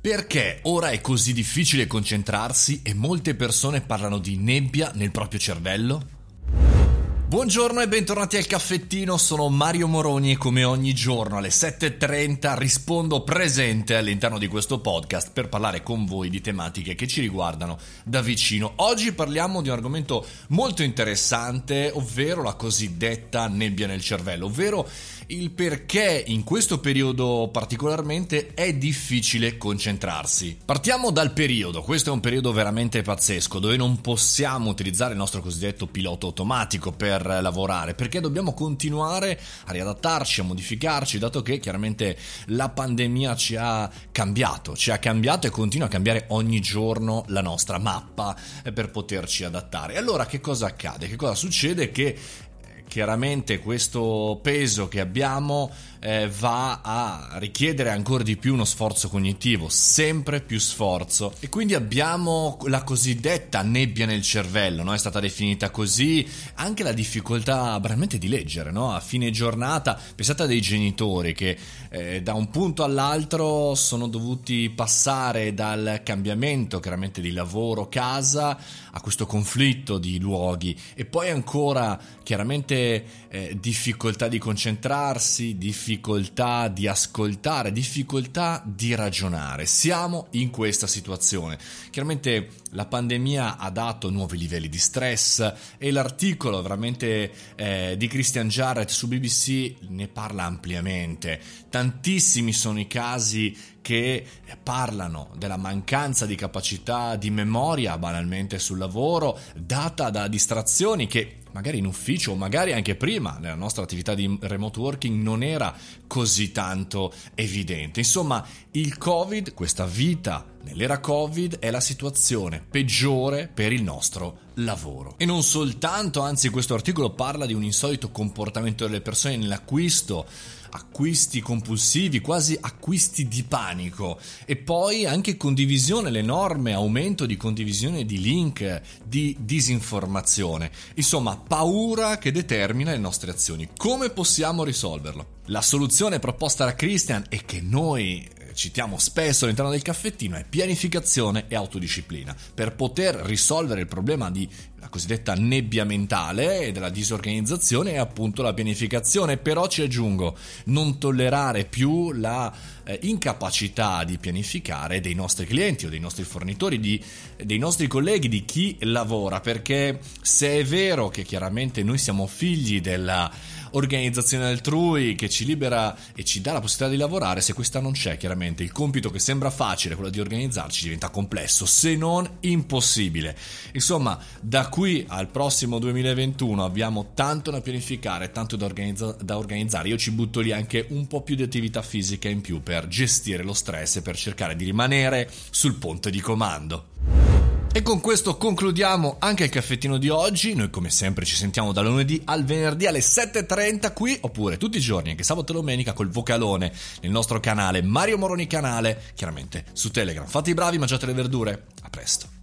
Perché ora è così difficile concentrarsi e molte persone parlano di nebbia nel proprio cervello? Buongiorno e bentornati al caffettino, sono Mario Moroni e come ogni giorno alle 7:30 rispondo presente all'interno di questo podcast per parlare con voi di tematiche che ci riguardano da vicino. Oggi parliamo di un argomento molto interessante, ovvero la cosiddetta nebbia nel cervello, ovvero il perché in questo periodo particolarmente è difficile concentrarsi. Partiamo dal periodo, questo è un periodo veramente pazzesco dove non possiamo utilizzare il nostro cosiddetto pilota automatico per lavorare, perché dobbiamo continuare a riadattarci, a modificarci, dato che chiaramente la pandemia ci ha cambiato e continua a cambiare ogni giorno la nostra mappa per poterci adattare. E allora che cosa accade? Che cosa succede? Che chiaramente questo peso che abbiamo va a richiedere ancora di più uno sforzo cognitivo, sempre più sforzo, e quindi abbiamo la cosiddetta nebbia nel cervello, no? È stata definita così, anche la difficoltà veramente di leggere, no? A fine giornata, pensate a dei genitori che da un punto all'altro sono dovuti passare dal cambiamento chiaramente di lavoro, casa, a questo conflitto di luoghi, e poi ancora chiaramente difficoltà di concentrarsi, difficoltà di ascoltare, difficoltà di ragionare. Siamo in questa situazione. Chiaramente la pandemia ha dato nuovi livelli di stress e l'articolo veramente di Christian Jarrett su BBC ne parla ampiamente. Tantissimi sono i casi che parlano della mancanza di capacità di memoria banalmente sul lavoro, data da distrazioni che magari in ufficio o magari anche prima nella nostra attività di remote working non era così tanto evidente. Insomma, il Covid, questa vita nell'era Covid, è la situazione peggiore per il nostro lavoro. E non soltanto, anzi questo articolo parla di un insolito comportamento delle persone nell'acquisti compulsivi, quasi acquisti di panico, e poi anche condivisione, l'enorme aumento di condivisione di link, di disinformazione, insomma paura che determina le nostre azioni. Come possiamo risolverlo? La soluzione proposta da Christian e che noi citiamo spesso all'interno del caffettino è pianificazione e autodisciplina per poter risolvere il problema di la cosiddetta nebbia mentale e della disorganizzazione. È appunto la pianificazione, però ci aggiungo non tollerare più la incapacità di pianificare dei nostri clienti o dei nostri fornitori, dei nostri colleghi, di chi lavora, perché se è vero che chiaramente noi siamo figli della organizzazione altrui che ci libera e ci dà la possibilità di lavorare, se questa non c'è, chiaramente il compito che sembra facile, quello di organizzarci, diventa complesso, se non impossibile. Insomma, da qui al prossimo 2021 abbiamo tanto da pianificare, tanto da organizzare. Io ci butto lì anche un po' più di attività fisica in più per gestire lo stress e per cercare di rimanere sul ponte di comando. E con questo concludiamo anche il caffettino di oggi. Noi come sempre ci sentiamo dal lunedì al venerdì alle 7:30 qui, oppure tutti i giorni, anche sabato e domenica, col vocalone nel nostro canale Mario Moroni Canale, chiaramente su Telegram. Fate i bravi, mangiate le verdure. A presto.